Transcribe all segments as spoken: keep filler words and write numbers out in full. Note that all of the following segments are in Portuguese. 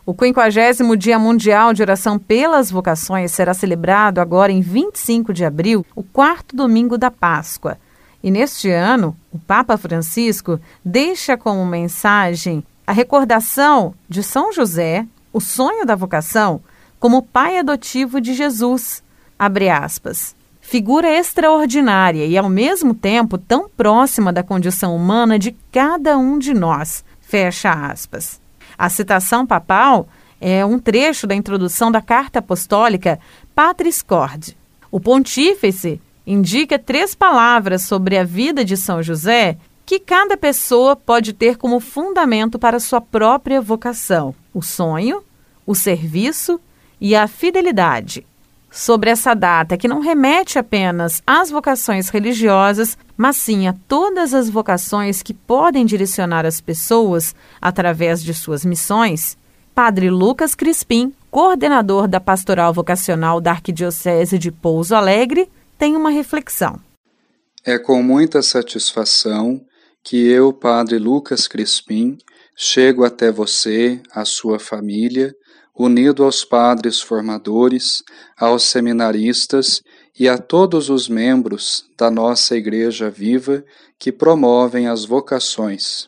O quinquagésimo Dia Mundial de Oração pelas Vocações será celebrado agora em vinte e cinco de abril, o quarto domingo da Páscoa. E neste ano, o Papa Francisco deixa como mensagem a recordação de São José, o sonho da vocação, como pai adotivo de Jesus, abre aspas, figura extraordinária e ao mesmo tempo tão próxima da condição humana de cada um de nós, fecha aspas. A citação papal é um trecho da introdução da Carta Apostólica Patris Corde. O pontífice indica três palavras sobre a vida de São José que cada pessoa pode ter como fundamento para sua própria vocação: o sonho, o serviço e a fidelidade. Sobre essa data, que não remete apenas às vocações religiosas, mas sim a todas as vocações que podem direcionar as pessoas através de suas missões, Padre Lucas Crispim, coordenador da Pastoral Vocacional da Arquidiocese de Pouso Alegre, tem uma reflexão. É com muita satisfação que eu, Padre Lucas Crispim, chego até você, a sua família, unido aos padres formadores, aos seminaristas e a todos os membros da nossa Igreja Viva que promovem as vocações.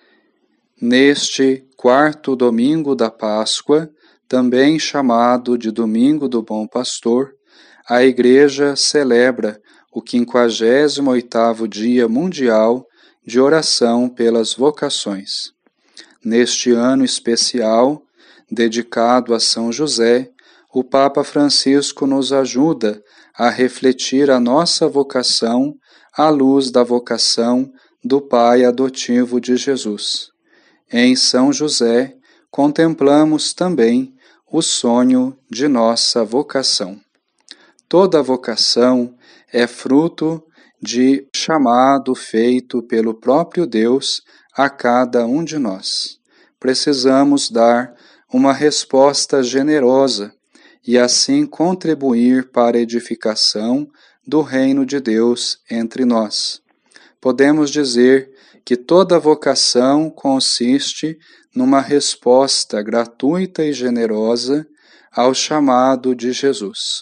Neste quarto domingo da Páscoa, também chamado de Domingo do Bom Pastor, a Igreja celebra o quinquagésimo oitavo Dia Mundial de Oração pelas Vocações. Neste ano especial, dedicado a São José, o Papa Francisco nos ajuda a refletir a nossa vocação à luz da vocação do Pai adotivo de Jesus. Em São José, contemplamos também o sonho de nossa vocação. Toda vocação é fruto de chamado feito pelo próprio Deus a cada um de nós. Precisamos dar uma resposta generosa e assim contribuir para a edificação do reino de Deus entre nós. Podemos dizer que toda vocação consiste numa resposta gratuita e generosa ao chamado de Jesus.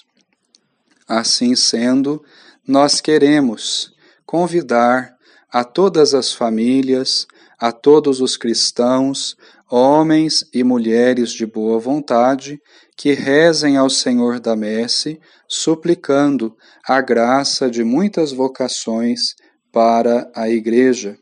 Assim sendo, nós queremos convidar a todas as famílias, a todos os cristãos, homens e mulheres de boa vontade, que rezem ao Senhor da Messe, suplicando a graça de muitas vocações para a Igreja.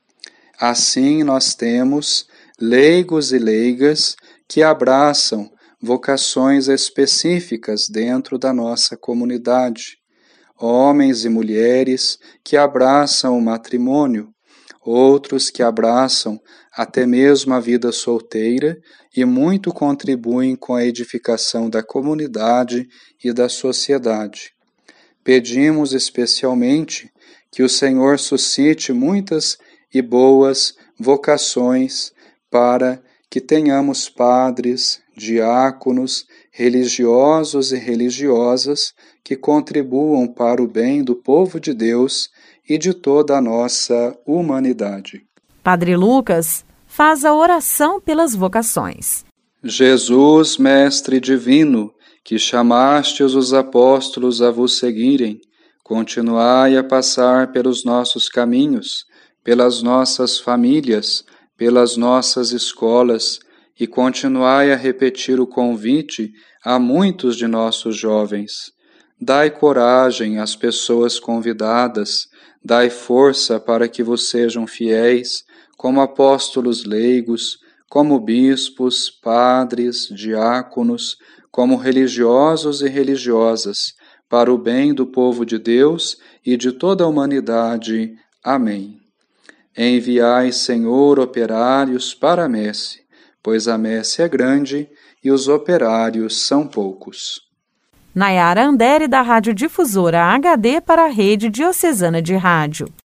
Assim nós temos leigos e leigas que abraçam vocações específicas dentro da nossa comunidade, homens e mulheres que abraçam o matrimônio, outros que abraçam até mesmo a vida solteira e muito contribuem com a edificação da comunidade e da sociedade. Pedimos especialmente que o Senhor suscite muitas e boas vocações para que tenhamos padres, diáconos, religiosos e religiosas que contribuam para o bem do povo de Deus e de toda a nossa humanidade. Padre Lucas faz a oração pelas vocações. Jesus, Mestre Divino, que chamastes os apóstolos a vos seguirem, continuai a passar pelos nossos caminhos, pelas nossas famílias, pelas nossas escolas, e continuai a repetir o convite a muitos de nossos jovens. Dai coragem às pessoas convidadas, dai força para que vos sejam fiéis, como apóstolos leigos, como bispos, padres, diáconos, como religiosos e religiosas, para o bem do povo de Deus e de toda a humanidade. Amém. Enviai, Senhor, operários para a messe, pois a messe é grande e os operários são poucos. Nayara Andere, da Rádio Difusora H D para a Rede Diocesana de Rádio.